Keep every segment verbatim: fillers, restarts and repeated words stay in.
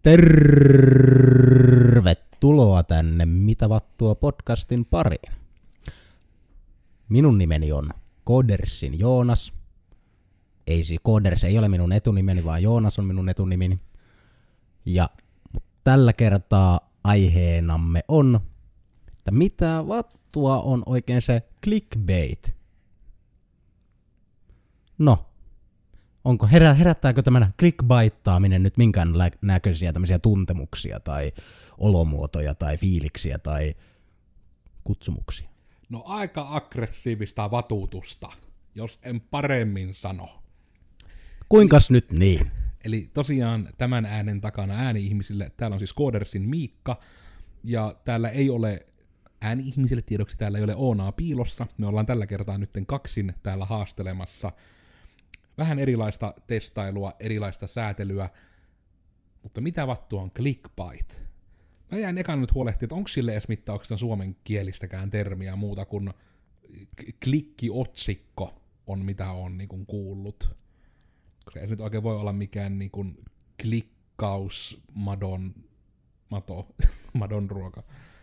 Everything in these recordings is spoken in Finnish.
Tervetuloa tänne Mitä vattua podcastin pariin. Minun nimeni on Codersin Joonas. Ei siis Coders ei ole minun etunimeni, vaan Joonas on minun etunimeni. Ja tällä kertaa aiheenamme on, että mitä vattua on oikein se clickbait. No, onko herä, herättääkö tämä clickbaittaaminen nyt minkään näköisiä tämmöisiä tuntemuksia tai olomuotoja tai fiiliksiä tai kutsumuksia? No aika aggressiivista vatutusta, jos en paremmin sano. Kuinkas nyt niin? Eli tosiaan tämän äänen takana ääni-ihmisille, täällä on siis Codersin Miikka, ja täällä ei ole ääni-ihmisille tiedoksi, täällä ei ole Oonaa piilossa. Me ollaan tällä kertaa nytten kaksin täällä haastelemassa. Vähän erilaista testailua, erilaista säätelyä, mutta mitä vattua on clickbait? Mä jäin ekan nyt huolehtia, että onko sille edes mittauksena suomenkielistäkään termiä muuta kuin klikkiotsikko on mitä on niin kuin kuullut. Koska ei se nyt oikein voi olla mikään niin kuin klikkaus madon, mato, madon ruoka.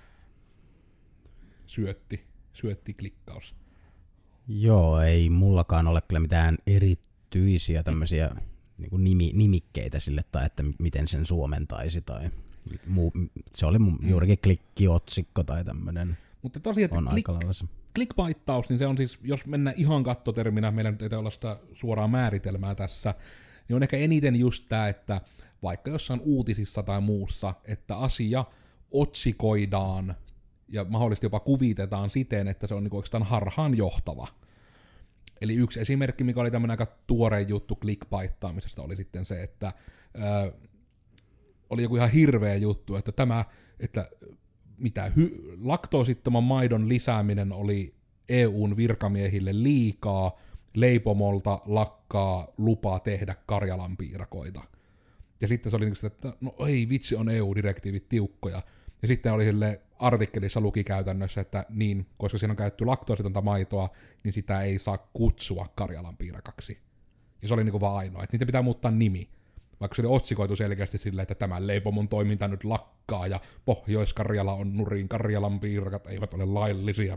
Syötti, syötti klikkaus. Joo, ei mullakaan ole kyllä mitään erityisiä tämmöisiä niin kuin nimi, nimikkeitä sille, tai että miten sen suomentaisi, tai muu, se oli mun, juurikin klikkiotsikko tai tämmöinen. Mutta tosiaan, että klik, clickbaittaus, niin se on siis, jos mennään ihan kattoterminä, meillä nyt ei ole sitä suoraa määritelmää tässä, niin on ehkä eniten just tämä, että vaikka jossain uutisissa tai muussa, että asia otsikoidaan ja mahdollisesti jopa kuvitetaan siten, että se on niin oikeastaan harhaan johtava. Eli yksi esimerkki, mikä oli tämmöinen aika tuore juttu clickbaittaamisesta, oli sitten se, että ää, oli joku ihan hirveä juttu, että tämä, että mitä hy- laktoosittoman maidon lisääminen oli E U:n virkamiehille liikaa, leipomolta lakkaa lupaa tehdä Karjalan piirakoita. Ja sitten se oli niin kuin, että no ei vitsi, on E U-direktiivit tiukkoja. Ja sitten oli sille artikkelissa luki käytännössä, että niin, koska siinä on käytetty laktoositonta maitoa, niin sitä ei saa kutsua Karjalan piirakaksi. Ja se oli niinku vaan ainoa, että niitä pitää muuttaa nimi. Vaikka se oli otsikoitu selkeästi silleen, että tämän leipomon toiminta nyt lakkaa, ja Pohjois-Karjala on nurin, Karjalan piirakat eivät ole laillisia.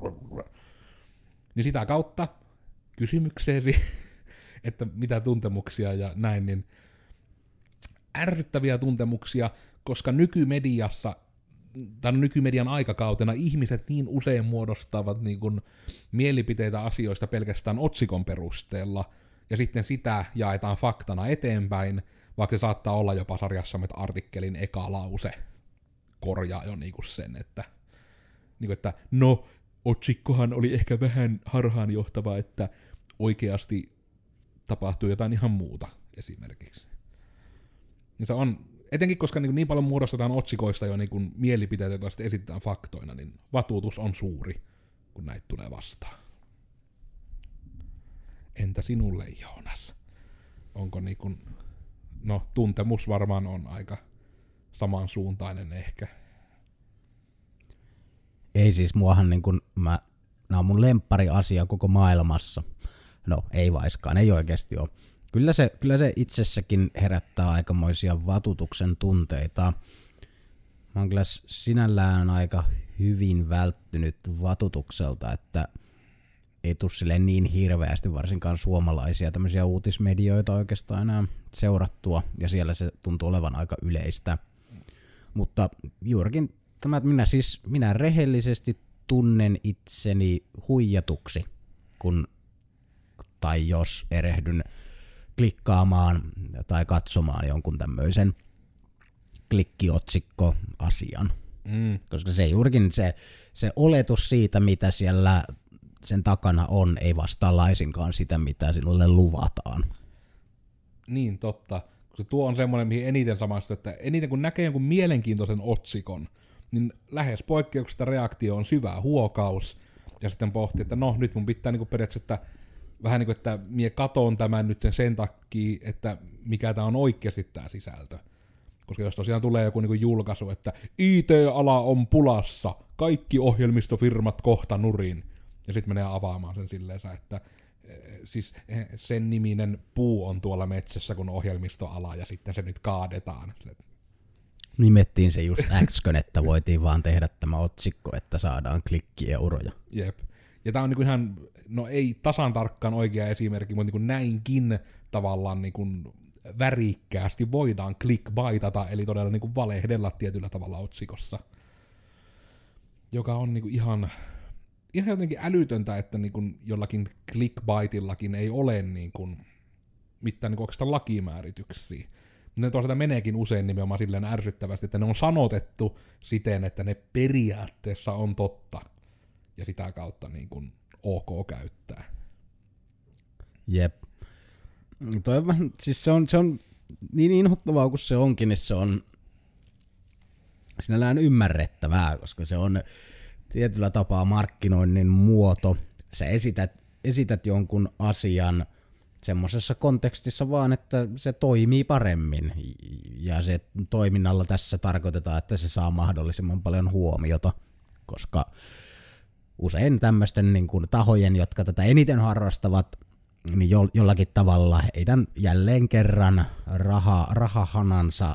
Niin sitä kautta kysymykseesi, että mitä tuntemuksia ja näin, niin ärsyttäviä tuntemuksia, koska nykymediassa tai nykymedian aikakautena ihmiset niin usein muodostavat niin kuin mielipiteitä asioista pelkästään otsikon perusteella, ja sitten sitä jaetaan faktana eteenpäin, vaikka se saattaa olla jopa sarjassamme, että artikkelin eka lause korjaa jo niin kuin sen, että, niin kuin, että no, otsikkohan oli ehkä vähän harhaanjohtava, että oikeasti tapahtuu jotain ihan muuta esimerkiksi. Ja se on etenkin koska niin, niin paljon muodostetaan otsikoista jo niin mielipiteitä, joita sitten esitetään faktoina, niin vatuutus on suuri, kun näitä tulee vastaan. Entä sinulle, Joonas? Onko niin kuin, no tuntemus varmaan on aika samansuuntainen ehkä. Ei siis muahan niin kuin, mä, nää on mun lemppari asia koko maailmassa. No ei vaiskaan, ei oikeasti ole. Kyllä se, kyllä se itsessäkin herättää aikamoisia vatutuksen tunteita. Mä oon kyllä sinällään aika hyvin välttynyt vatutukselta, että ei tule silleen niin hirveästi varsinkaan suomalaisia tämmöisiä uutismedioita oikeastaan enää seurattua, ja siellä se tuntuu olevan aika yleistä. Mutta juurikin tämä, että minä siis, minä rehellisesti tunnen itseni huijatuksi, kun, tai jos erehdyn klikkaamaan tai katsomaan jonkun tämmöisen klikkiotsikko-asian. Mm. Koska se juurikin se, se oletus siitä, mitä siellä sen takana on, ei vastaa laisinkaan sitä, mitä sinulle luvataan. Niin, totta. Koska tuo on semmoinen, mihin eniten samaistuu, että eniten kun näkee jonkun mielenkiintoisen otsikon, niin lähes poikkeuksesta reaktio on syvä huokaus, ja sitten pohtii, että no, nyt mun pitää niinku periaatteessa, että vähän niin kuin, että mie katon tämän nyt sen, sen takia, että mikä tämä on oikeasti tämä sisältö. Koska jos tosiaan tulee joku niin kuin julkaisu, että I T-ala on pulassa, kaikki ohjelmistofirmat kohta nurin, ja sitten menee avaamaan sen silleen, että siis sen niminen puu on tuolla metsässä, kun ohjelmistoala, ja sitten se nyt kaadetaan. Nimettiin se just äkskön, että voitiin vaan tehdä tämä otsikko, että saadaan klikkieuroja. Jep. Ja tää on niinku ihan, no ei tasan tarkkaan oikea esimerkki, mutta niinku näinkin tavallaan niinku värikkäästi voidaan clickbaitata, eli todella niinku valehdella tietyllä tavalla otsikossa. Joka on niinku ihan, ihan jotenkin älytöntä, että niinku jollakin clickbaitillakin ei ole niinku mitään niinku oikeastaan lakimäärityksiä. Mutta ne toisaalta meneekin usein nimenomaan silleen ärsyttävästi, että ne on sanotettu siten, että ne periaatteessa on totta. Ja sitä kautta niin kuin ok käyttää. Jep. Toi on vähän, siis se on, se on niin inhottavaa kuin se onkin, niin se on sinällään ymmärrettävää, koska se on tietyllä tapaa markkinoinnin muoto. Sä esität, esität jonkun asian semmoisessa kontekstissa vaan, että se toimii paremmin. Ja se toiminnalla tässä tarkoitetaan, että se saa mahdollisimman paljon huomiota, koska usein tämmöisten niin kuin tahojen, jotka tätä eniten harrastavat, niin jo, jollakin tavalla heidän jälleen kerran raha, rahahanansa,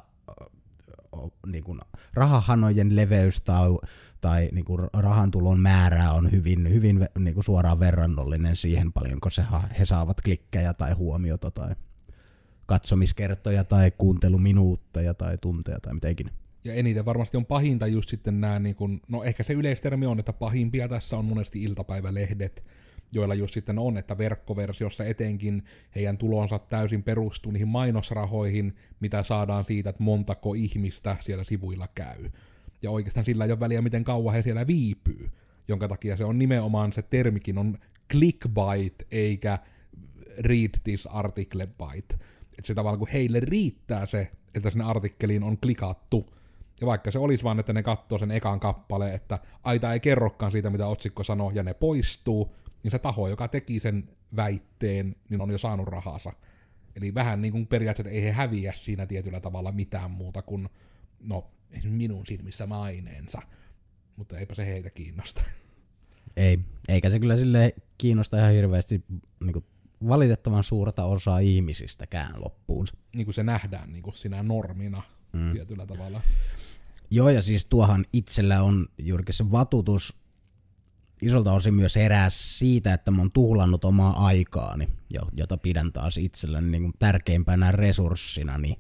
niin kuin rahahanojen leveys tai, tai niin kuin rahantulon määrä on hyvin, hyvin niin kuin suoraan verrannollinen siihen, paljonko se, he saavat klikkejä tai huomiota tai katsomiskertoja tai kuunteluminuutteja tai tunteja tai mitä ikinä. Ja eniten varmasti on pahinta just sitten nämä, niin kun, no ehkä se yleistermi on, että pahimpia tässä on monesti iltapäivälehdet, joilla just sitten on, että verkkoversiossa etenkin heidän tulonsa täysin perustuu niihin mainosrahoihin, mitä saadaan siitä, että montako ihmistä siellä sivuilla käy. Ja oikeastaan sillä ei ole väliä, miten kauan he siellä viipyy, jonka takia se on nimenomaan, se termikin on clickbait, eikä read this article bite. Että se tavallaan kun heille riittää se, että sinne artikkeliin on klikattu, ja vaikka se olisi vaan, että ne katsoo sen ekan kappaleen, että aita ei kerrokaan siitä, mitä otsikko sanoo, ja ne poistuu, niin se taho, joka teki sen väitteen, niin on jo saanut rahansa. Eli vähän niin kuin periaatteessa, ei he häviä siinä tietyllä tavalla mitään muuta kuin, no, minun silmissä maineensa. Mutta eipä se heitä kiinnosta. Ei, eikä se kyllä silleen kiinnosta ihan hirveästi niin kuin valitettavan suurta osaa ihmisistäkään loppuun. Niin kuin se nähdään niin kuin sinä normina mm. tietyllä tavalla. Joo, ja siis tuohan itsellä on juurikin se vatutus isolta osin myös herää siitä, että mä oon tuhlannut omaa aikaani, jota pidän taas itselläni niin kuin tärkeimpänä resurssina,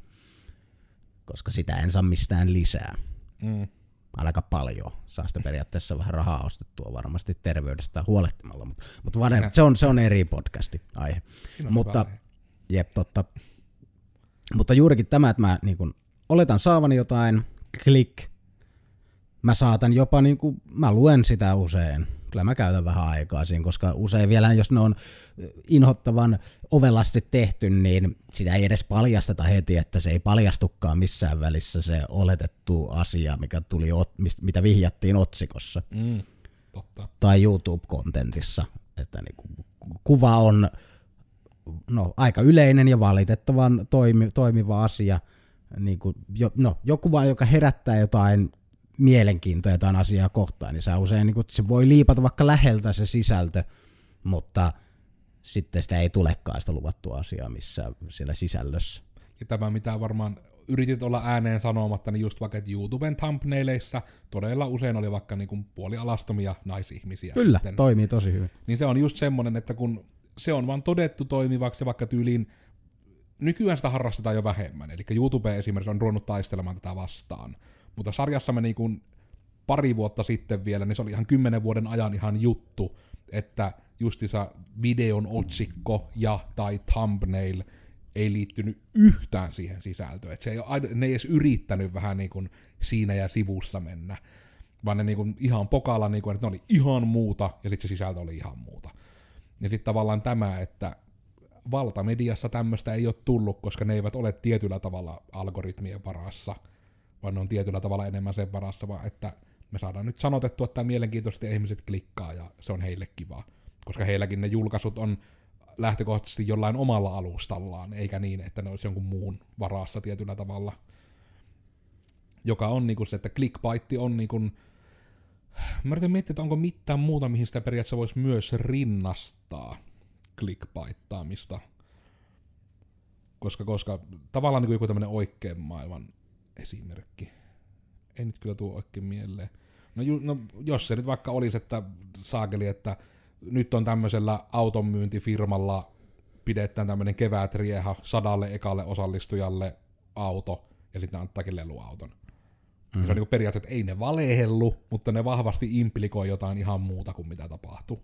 koska sitä en saa mistään lisää. Mm. Aika paljon. Saa sitä periaatteessa vähän rahaa ostettua varmasti terveydestä huolehtimalla, mutta, mutta vaan, se, on, se on eri podcasti aihe. Mutta, jep, totta. Mutta juurikin tämä, että mä niin kun, oletan saavani jotain, klik, mä saatan jopa, niin kun, mä luen sitä usein. Kyllä mä käytän vähän aikaa siinä, koska usein vielä, jos ne on inhottavan ovelasti tehty, niin sitä ei edes paljasteta heti, että se ei paljastukaan missään välissä se oletettu asia, mikä tuli, mitä vihjattiin otsikossa. Mm, totta. Tai YouTube-kontentissa, että niin kuva on no, aika yleinen ja valitettavan toimi, toimiva asia. Niin kuin, jo, no, joku vaan, joka herättää jotain mielenkiintoa jotain asiaa kohtaan, niin se usein niin kuin, se voi liipata vaikka läheltä se sisältö, mutta sitten sitä ei tulekaan sitä luvattua asiaa missään siellä sisällössä. Ja tämä, mitä varmaan yritit olla ääneen sanomatta, niin just vaikka, että YouTuben thumbnaileissa todella usein oli vaikka niin kuin puolialastomia naisihmisiä. Kyllä, sitten. Toimii tosi hyvin. Niin se on just semmoinen, että kun se on vaan todettu toimivaksi, vaikka tyyliin nykyään sitä harrastetaan jo vähemmän, eli YouTube esimerkiksi on ruvennut taistelemaan tätä vastaan. Mutta sarjassamme niin kuin pari vuotta sitten vielä, niin se oli ihan kymmenen vuoden ajan ihan juttu, että justiinsa videon otsikko ja tai thumbnail ei liittynyt yhtään siihen sisältöön. Että se ei ole, ne ei edes yrittänyt vähän niin kuin siinä ja sivussa mennä, vaan ne niin kuin ihan pokalla, niin kuin, että ne oli ihan muuta ja sitten se sisältö oli ihan muuta. Ja sitten tavallaan tämä, että valtamediassa tämmöistä ei ole tullut, koska ne eivät ole tietyllä tavalla algoritmien varassa, vaan ne on tietyllä tavalla enemmän sen varassa, vaan että me saadaan nyt sanotettua, että mielenkiintoisesti ihmiset klikkaa ja se on heille kivaa. Koska heilläkin ne julkaisut on lähtökohtaisesti jollain omalla alustallaan, eikä niin, että ne olisi jonkun muun varassa tietyllä tavalla. Joka on niinku se, että clickbaitti on niinku, mä yritän miettiä, että onko mitään muuta, mihin sitä periaatteessa voisi myös rinnastaa clickbaittaamista. Koska, koska tavallaan niin kuin joku tämmöinen oikean maailman esimerkki. Ei nyt kyllä tuo oikein mieleen. No, ju, no jos se nyt vaikka olisi, että saakeli, että nyt on tämmöisellä autonmyyntifirmalla pidetään tämmöinen kevätrieha sadalle ekalle osallistujalle auto, ja sitten ne antaakin leluauton. Mm. Se on niin periaatteessa, että ei ne valehellu, mutta ne vahvasti implikoi jotain ihan muuta kuin mitä tapahtuu.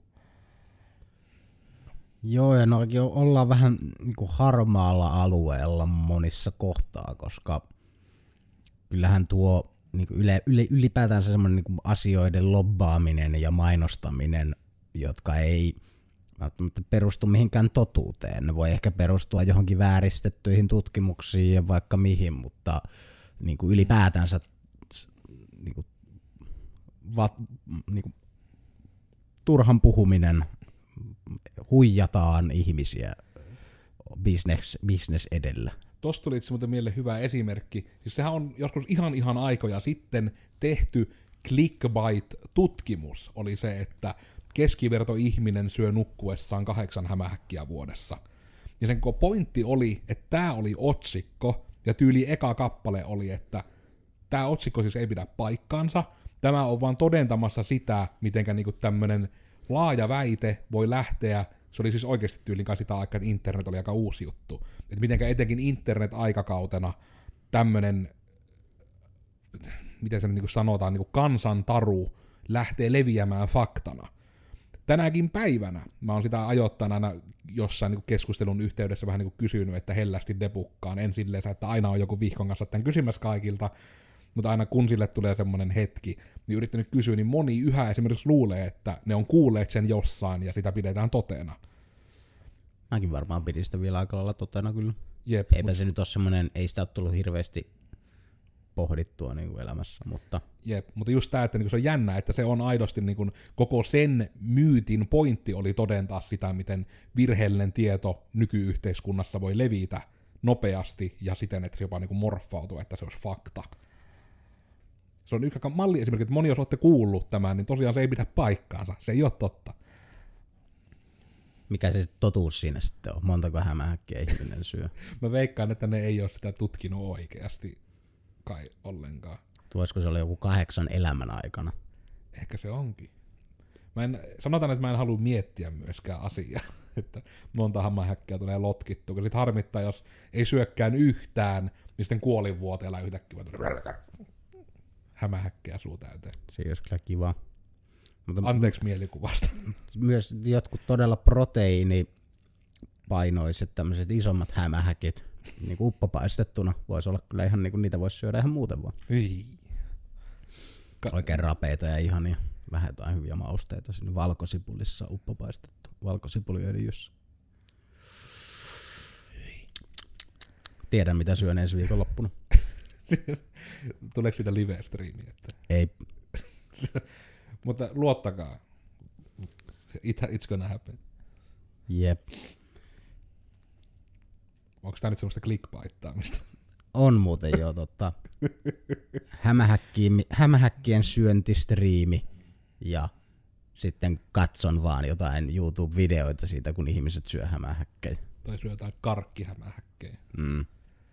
Joo, ja no ollaan vähän niin kuin harmaalla alueella monissa kohtaa, koska kyllähän tuo niin kuin yle, yle, ylipäätään se semmoinen niin kuin asioiden lobbaaminen ja mainostaminen, jotka ei välttämättä perustu mihinkään totuuteen. Ne voi ehkä perustua johonkin vääristettyihin tutkimuksiin ja vaikka mihin, mutta niin kuin ylipäätänsä niin kuin, va, niin kuin, turhan puhuminen, huijataan ihmisiä business, business edellä. Tuosta tuli itse muuten mieleen hyvä esimerkki. Siis sehän on joskus ihan ihan aikoja sitten tehty clickbait-tutkimus. Oli se, että keskivertoihminen syö nukkuessaan kahdeksan hämähäkkiä vuodessa. Ja sen pointti oli, että tämä oli otsikko, ja tyyli eka kappale oli, että tämä otsikko siis ei pidä paikkaansa. Tämä on vaan todentamassa sitä, mitenkä niinku tämmönen laaja väite voi lähteä. Se oli siis oikeasti tyylin kai sitä aikaa, että internet oli aika uusi juttu. Että mitenkä etenkin internet-aikakautena tämmönen, miten se nyt niinku sanotaan, niinku kansantaru lähtee leviämään faktana. Tänäkin päivänä mä oon sitä ajoittain aina jossain niinku keskustelun yhteydessä vähän niinku kysynyt, että hellästi debukkaan. En silleen, että aina on joku vihkon kanssa tämän kysymässä kaikilta, mutta aina kun sille tulee semmoinen hetki, niin yrittänyt kysyä, niin moni yhä esimerkiksi luulee, että ne on kuulleet sen jossain ja sitä pidetään totena. Mäkin varmaan pidin sitä vielä aika lailla totena kyllä. Jep, Eipä mut se nyt ole semmoinen, ei sitä ole tullut hirveästi pohdittua niin kuin elämässä, mutta jep, mutta just tämä, että niinku se on jännä, että se on aidosti niinku koko sen myytin pointti oli todentaa sitä, miten virheellinen tieto nykyyhteiskunnassa voi levitä nopeasti ja siten, että se jopa niinku morfautuu, että se olisi fakta. Se on yksi malli esimerkiksi, että moni jos olette kuullut tämän, niin tosiaan se ei pidä paikkaansa, se ei ole totta. Mikä se totuus siinä sitten on? Montako hämähäkkiä ihminen syö? Mä veikkaan, että ne ei ole sitä tutkinut oikeasti kai ollenkaan. Voisiko se olla joku kahdeksan elämän aikana? Ehkä se onkin. Mä en, sanotaan, että mä en halua miettiä myöskään asiaa, että monta hämähäkkiä tulee lotkittua. Kun sit harmittaa, jos ei syökkään yhtään, niin sitten kuolinvuoteella yhtäkkiä hämähäkkiä suu täyteen. Se olisi kyllä kiva. Mutta anteeksi mielikuvasta. Myös jotkut todella proteiinipainoiset tämmöiset isommat hämähäkit, niin kuin uppopaistettuna, voisi olla kyllä ihan niin kuin niitä voisi syödä ihan muuten vaan. Ei. Oikein rapeita ja ihania, vähän jotain hyviä mausteita sinne valkosipulissa uppopaistettu, valkosipuliöljyssä. Tiedän mitä syön ensi viikonloppuna. Tuleeko siitä live-striimiä? Ei. Mutta luottakaa. It, it's gonna happen. Jep. Onko tää nyt semmoista clickbaittaamista? On muuten jo totta. Hämähäkkien, hämähäkkien syöntistriimi ja sitten katson vaan jotain YouTube-videoita siitä, kun ihmiset syö hämähäkkejä. Tai syö jotain karkkihämähäkkejä. Mm.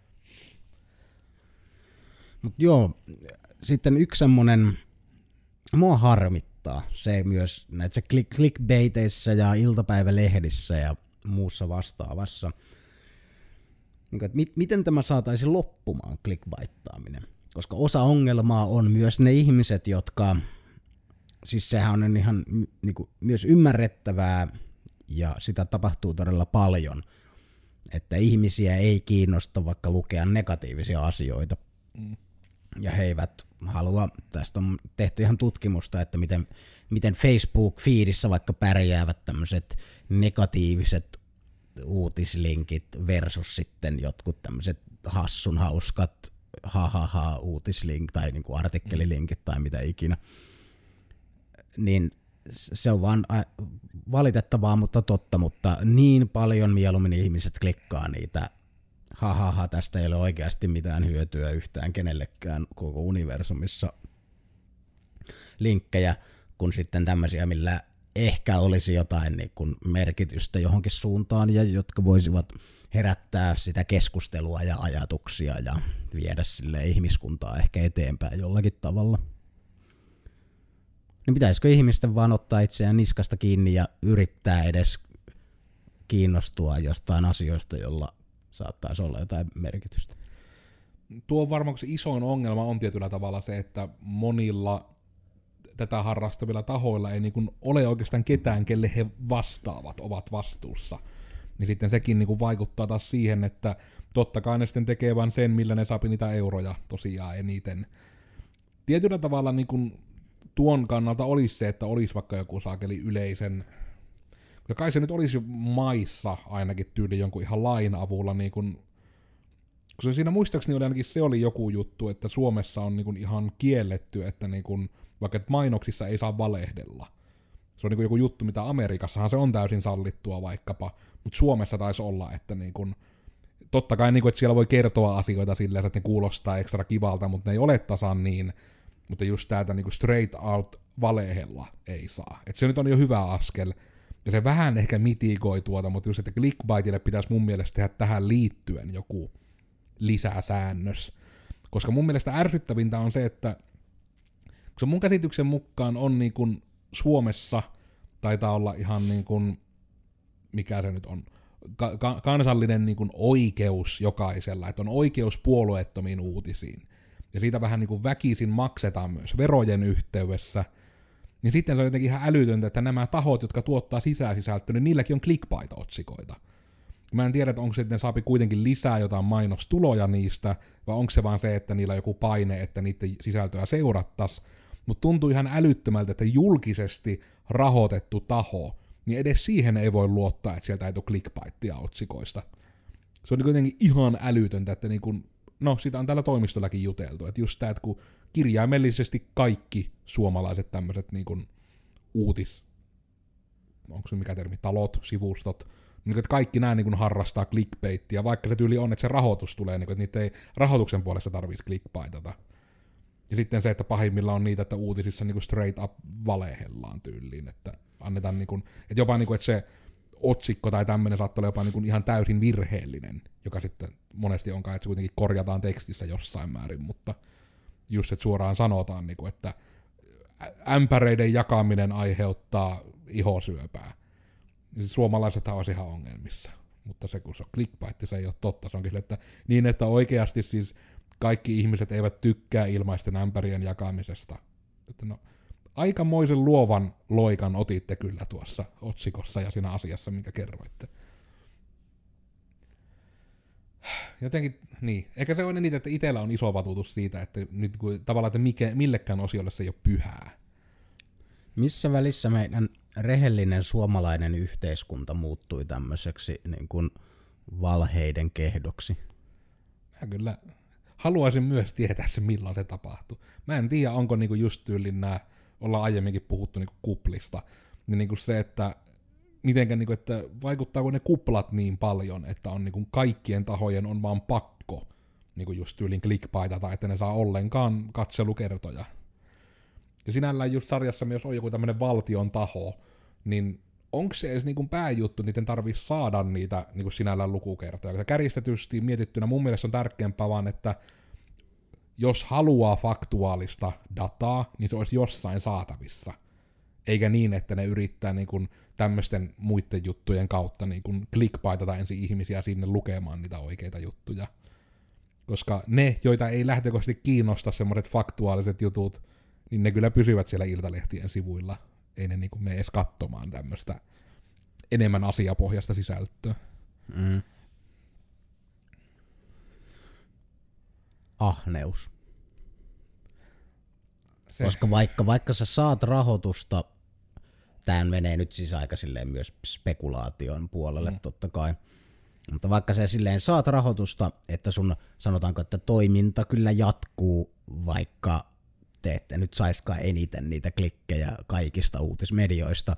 Mut joo, sitten yksi semmonen, mua harmittaa se myös näissä clickbaiteissä ja iltapäivälehdissä ja muussa vastaavassa. Niin, että mit, miten tämä saataisiin loppumaan, clickbaittaaminen? Koska osa ongelmaa on myös ne ihmiset, jotka, siis sehän on ihan niin kuin, myös ymmärrettävää ja sitä tapahtuu todella paljon, että ihmisiä ei kiinnosta vaikka lukea negatiivisia asioita. Mm. Ja he eivät halua, tästä on tehty ihan tutkimusta, että miten, miten Facebook-feedissä vaikka pärjäävät tämmöiset negatiiviset uutislinkit versus sitten jotkut tämmöiset hassun hauskat ha-ha-ha uutislink tai niinku artikkelilinkit tai mitä ikinä. Niin se on vaan valitettavaa, mutta totta, mutta niin paljon mieluummin ihmiset klikkaa niitä ha-ha-ha, tästä ei ole oikeasti mitään hyötyä yhtään kenellekään koko universumissa linkkejä, kun sitten tämmöisiä, millä ehkä olisi jotain niin kuin merkitystä johonkin suuntaan ja jotka voisivat herättää sitä keskustelua ja ajatuksia ja viedä sille ihmiskuntaa ehkä eteenpäin jollakin tavalla. Niin pitäisikö ihmisten vaan ottaa itseään niskasta kiinni ja yrittää edes kiinnostua jostain asioista, jolla saattaisi olla jotain merkitystä? Tuo on varmaan se isoin ongelma on tietyllä tavalla se, että monilla tätä harrastavilla tahoilla ei niin kuin ole oikeastaan ketään, kelle he vastaavat, ovat vastuussa. Niin sitten sekin niin kuin vaikuttaa taas siihen, että totta kai ne sitten tekee vain sen, millä ne saapi niitä euroja tosiaan eniten. Tietyllä tavalla niin kuin tuon kannalta olisi se, että olisi vaikka joku saakeli yleisen, ja kai se nyt olisi maissa ainakin tyyli jonkun ihan lain avulla, niin kuin, koska siinä muistaakseni oli ainakin se oli joku juttu, että Suomessa on niin kuin ihan kielletty, että niin kuin, vaikka että mainoksissa ei saa valehdella. Se on niin kuin joku juttu, mitä Amerikassahan se on täysin sallittua vaikkapa, mutta Suomessa taisi olla, että niin kuin, totta kai niin kuin, että siellä voi kertoa asioita silleen, että ne kuulostaa ekstra kivalta, mutta ne ei ole tasan niin, mutta just täältä niin kuin straight out valehella ei saa. Et se nyt on jo hyvä askel, ja se vähän ehkä mitigoi tuota, mutta just, että clickbaitille pitäisi mun mielestä tehdä tähän liittyen joku lisäsäännös. Koska mun mielestä ärsyttävintä on se, että koska mun käsityksen mukaan on niin kuin Suomessa, taitaa olla ihan niin kuin, mikä se nyt on, ka- ka- kansallinen niin kuin oikeus jokaisella, että on oikeus puolueettomiin uutisiin. Ja siitä vähän niin kuin väkisin maksetaan myös verojen yhteydessä. Niin sitten se on jotenkin ihan älytöntä, että nämä tahot, jotka tuottaa sisäsisältöä, niin niilläkin on clickbait-otsikoita. Mä en tiedä, että onko se, että ne saapi kuitenkin lisää jotain mainostuloja niistä, vai onko se vaan se, että niillä on joku paine, että niiden sisältöä seurattaisiin. Mutta tuntuu ihan älyttömältä, että julkisesti rahoitettu taho, niin edes siihen ei voi luottaa, että sieltä ei tule clickbaitia otsikoista. Se on kuitenkin ihan älytöntä, että niin kun, no sitä on täällä toimistollakin juteltu, että just tämä, että kun kirjaimellisesti kaikki suomalaiset tämmöiset niin kun uutis, onko se mikä termi, talot, sivustot, niin että kaikki nämä niin kun harrastaa clickbaitia, vaikka se tyyli on, että se rahoitus tulee, niin kun, että niitä ei rahoituksen puolesta tarvitsisi clickbaitata. Ja sitten se, että pahimmilla on niitä, että uutisissa niin kuin straight up valehellaan tyyliin, että annetaan niin kuin, että jopa niin kuin, että se otsikko tai tämmöinen saattaa olla jopa niin kuin ihan täysin virheellinen, joka sitten monesti onkaan, että se kuitenkin korjataan tekstissä jossain määrin, mutta just, että suoraan sanotaan, niin kuin, että ämpäreiden jakaminen aiheuttaa ihosyöpää. Ja suomalaisethan olisi ihan ongelmissa, mutta se kun se on clickbait, se ei ole totta, se onkin sille, että niin, että oikeasti siis kaikki ihmiset eivät tykkää ilmaisten ämpärien jakamisesta. Että no, aikamoisen luovan loikan otitte kyllä tuossa otsikossa ja siinä asiassa, minkä kerroitte. Jotenkin, niin. Eikä se ole niitä, että itsellä on iso vatutus siitä, että nyt kun, tavallaan, että mikä, millekään osiolle se ei ole pyhää. Missä välissä meidän rehellinen suomalainen yhteiskunta muuttui tämmöiseksi niin kuin valheiden kehdoksi? Mä kyllä haluaisin myös tietää se, milloin se tapahtuu. Mä en tiedä, onko niinku just tyylin nää, ollaan aiemminkin puhuttu niinku kuplista, niin niinku se, että mitenkä, niinku, että vaikuttaako ne kuplat niin paljon, että on niinku kaikkien tahojen on vaan pakko niinku just tyylin clickbaitata, että ne saa ollenkaan katselukertoja. Ja sinällään just sarjassa myös on joku tämmönen valtion taho, niin onko se edes niinku pääjuttu, niiden tarvitsisi saada niitä niinku sinällään lukukertoja. Kärjistetysti mietittynä mun mielestä on tärkeämpää vaan, että jos haluaa faktuaalista dataa, niin se olisi jossain saatavissa. Eikä niin, että ne yrittää niinku tämmöisten muiden juttujen kautta niinku clickbaitata ensin ihmisiä sinne lukemaan niitä oikeita juttuja. Koska ne, joita ei lähtökohtaisesti kiinnosta semmoiset faktuaaliset jutut, niin ne kyllä pysyvät siellä Iltalehtien sivuilla. Ei ne niinku mene edes katsomaan tämmöistä enemmän asiapohjasta sisältöä. Mm. Ahneus. Se. Koska vaikka, vaikka sä saat rahoitusta, tää menee nyt siis aika silleen myös spekulaation puolelle mm. totta kai, mutta vaikka sä silleen saat rahoitusta, että sun sanotaanko, että toiminta kyllä jatkuu, vaikka te ette nyt saiskaan eniten niitä klikkejä kaikista uutismedioista,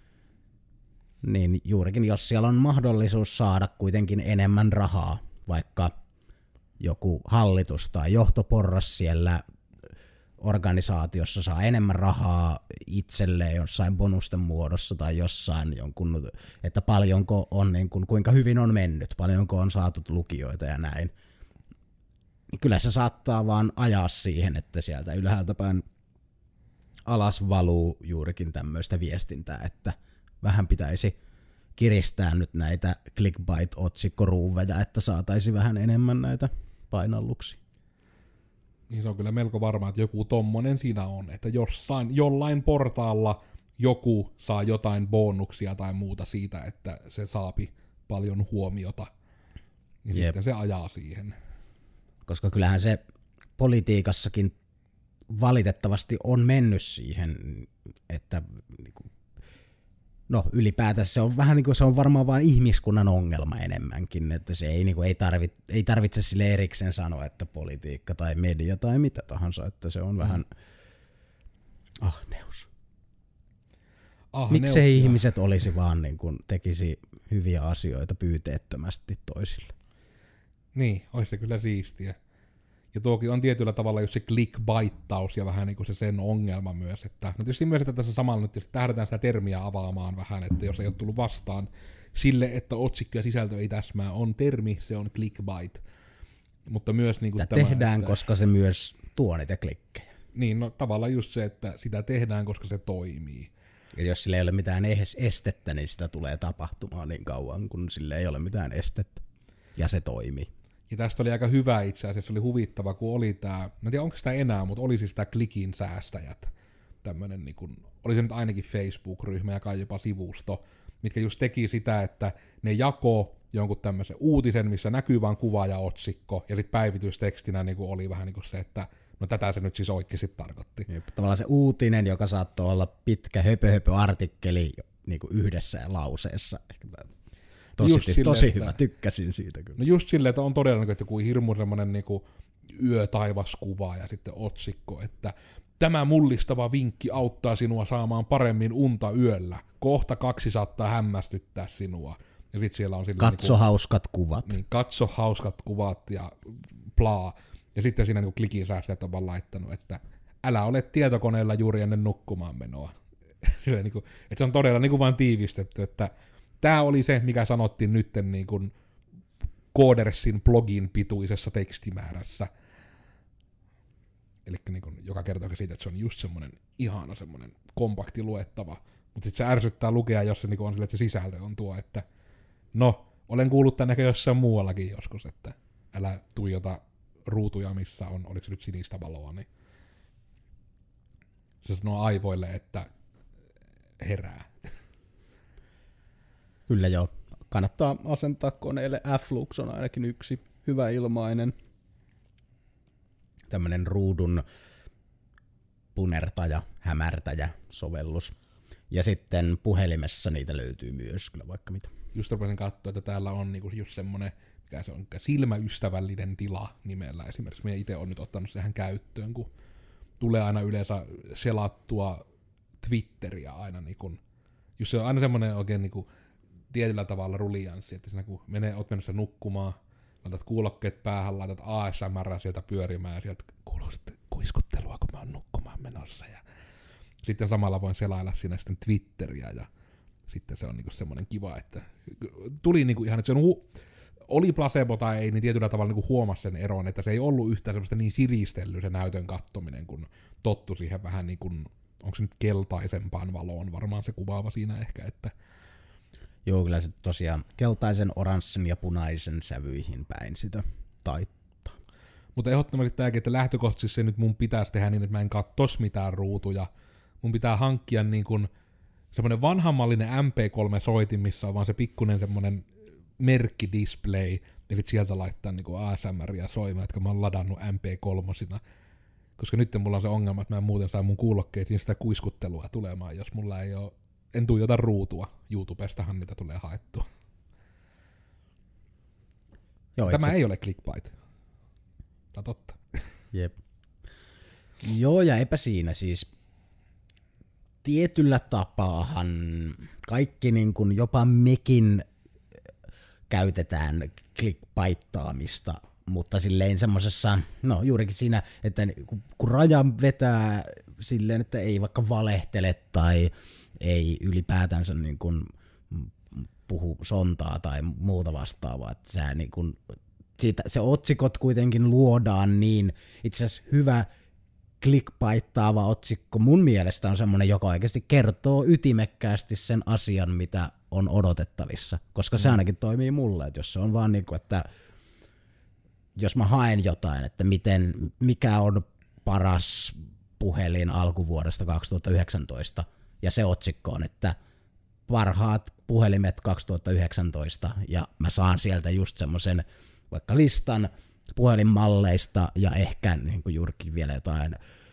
niin juurikin jos siellä on mahdollisuus saada kuitenkin enemmän rahaa, vaikka joku hallitus tai johtoporras siellä organisaatiossa saa enemmän rahaa itselleen jossain bonusten muodossa tai jossain jonkun, että paljonko on, niin kuin, kuinka hyvin on mennyt, paljonko on saatu lukijoita ja näin, niin kyllä se saattaa vaan ajaa siihen, että sieltä ylhäältä päin alas valuu juurikin tämmöistä viestintää, että vähän pitäisi kiristää nyt näitä clickbait-otsikkoruuveja, että saataisiin vähän enemmän näitä painalluksia. Niin se on kyllä melko varma, että joku tommonen siinä on, että jossain, jollain portaalla joku saa jotain bonuksia tai muuta siitä, että se saapi paljon huomiota, niin Jep. sitten se ajaa siihen. Koska kyllähän se politiikassakin valitettavasti on mennyt siihen, että no ylipäätänsä se on vähän niin kuin se on varmaan vain ihmiskunnan ongelma enemmänkin, että se ei, niin kuin, ei, tarvit, ei tarvitse sille erikseen sanoa, että politiikka tai media tai mitä tahansa, että se on mm. vähän ahneus. ahneus Miksei ja... ihmiset olisi vaan niin kuin tekisi hyviä asioita pyyteettömästi toisille? Niin, olisi se kyllä siistiä. Ja tuokin on tietyllä tavalla just se clickbaittaus ja vähän niin kuin se sen ongelma myös, että no tietysti myös, että tässä samalla nyt tähdätään sitä termiä avaamaan vähän, että jos ei ole tullut vastaan sille, että otsikko ja sisältö ei täsmää, on termi, se on clickbait. Mutta myös niin kuin tämä, tehdään, että, koska se myös tuo niitä klikkejä. Niin, no tavallaan just se, että sitä tehdään, koska se toimii. Ja jos sillä ei ole mitään estettä, niin sitä tulee tapahtumaan niin kauan, kun sillä ei ole mitään estettä. Ja se toimii. Ja tästä oli aika hyvä itse asiassa, oli huvittava, kun oli tämä, mä en tiedä onko sitä enää, mutta oli siis tämä Klikin säästäjät, tämmönen niin kuin, oli se nyt ainakin Facebook-ryhmä ja kai jopa sivusto, mitkä just teki sitä, että ne jako jonkun tämmöisen uutisen, missä näkyy vaan kuva ja otsikko, ja sitten päivitystekstinä niin kuin oli vähän niin kuin se, että no tätä se nyt siis oikeasti tarkoitti. Jep, tavallaan se uutinen, joka saattoi olla pitkä höpö-höpö-artikkeli niin kuin yhdessä lauseessa. Tosi, silleen, tosi että, hyvä, tykkäsin siitä kyllä. No just silleen, että on todella että joku hirmu semmoinen niin yötaivaskuva ja sitten otsikko, että tämä mullistava vinkki auttaa sinua saamaan paremmin unta yöllä. Kohta kaksi saattaa hämmästyttää sinua. Ja sit siellä on silleen, katso niin kuin, hauskat kuvat. Niin, katso hauskat kuvat ja plaa. Ja sitten siinä niin klikin säästäjät on vaan laittanut, että älä ole tietokoneella juuri ennen nukkumaan menoa. niin kuin, että se on todella niin kuin vaan tiivistetty, että tämä oli se, mikä sanottiin nytten niin kuin Codersin blogin pituisessa tekstimäärässä. Eli niin kuin, joka kertoo siitä, että se on just semmoinen ihana semmoinen kompakti luettava. Mutta sitten se ärsyttää lukea, jos se niin kuin on sille, että se sisältö on tuo, että no, olen kuullut tän ehkä jossain muuallakin joskus, että älä tuijota ruutuja, missä on, oliko se nyt sinistä valoa, niin se sanoo aivoille, että herää. Kyllä joo. Kannattaa asentaa koneelle. F-Lux on ainakin yksi hyvä ilmainen. Tämmönen ruudun punertaja, hämärtäjä sovellus. Ja sitten puhelimessa niitä löytyy myös kyllä vaikka mitä. Just rupesin katsoa, että täällä on niinku just semmonen, mikä se on, silmäystävällinen tila nimellä. Esimerkiksi minä itse olen nyt ottanut sehän käyttöön, kun tulee aina yleensä selattua Twitteriä aina niinku. Just se on aina semmonen oikein niinku tietyllä tavalla rulianssi, että siinä kun menee, oot menossa nukkumaan, laitat kuulokkeet päähän, laitat A S M R sieltä pyörimään ja sieltä kuuluu sitten kuiskuttelua, kun mä oon nukkumaan menossa. Ja sitten samalla voin selailla siinä sitten Twitteriä ja sitten se on niinku semmoinen kiva, että tuli niinku ihan, että se on hu- oli placebo tai ei, niin tietyllä tavalla niinku huomasi sen eron, että se ei ollut yhtään semmoista niin siristellyt se näytön kattominen, kun tottu siihen vähän niin kuin, onko se nyt keltaisempaan valoon, varmaan se kuvaava siinä ehkä, että joo, kyllä se tosiaan keltaisen, oranssin ja punaisen sävyihin päin sitä taittaa. Mutta ehdottomasti tämäkin, että lähtökohtaisesti se nyt mun pitäisi tehdä niin, että mä en kattos mitään ruutuja. Mun pitää hankkia niin kuin semmoinen vanhanmallinen M P kolme soitin, missä on vaan se pikkuinen semmoinen merkkidisplay, ja sit sieltä laittaa niin kuin A S M R soimaan, jotka mä oon ladannut M P kolme. Koska nyt mulla on se ongelma, että mä en muuten saa mun kuulokkeisiin sitä kuiskuttelua tulemaan, jos mulla ei ole en tuijota ruutua. YouTubestahan niitä tulee haettua. Joo, tämä itse ei ole clickbait. Tämä on totta. Jep. Joo, ja eipä siinä siis. Tietyllä tapaahan kaikki niin kuin jopa mekin käytetään clickbaittaamista, mutta silleen semmosessa, no juurikin siinä, että kun raja vetää silleen, että ei vaikka valehtele tai ei ylipäätänsä niin kuin puhu sontaa tai muuta vastaavaa, että sä niin kuin siitä, se otsikot kuitenkin luodaan niin, itse asiassa hyvä clickbaittaava otsikko mun mielestä on semmoinen, joka oikeasti kertoo ytimekkäästi sen asian, mitä on odotettavissa, koska mm. se ainakin toimii mulle, että jos se on vaan niin kuin, että jos mä haen jotain, että miten, mikä on paras puhelin alkuvuodesta kaksituhattayhdeksäntoista, ja se otsikko on, että parhaat puhelimet kaksituhattayhdeksäntoista, ja mä saan sieltä just semmoisen vaikka listan puhelinmalleista, ja ehkä niin kuin juurikin vielä jotain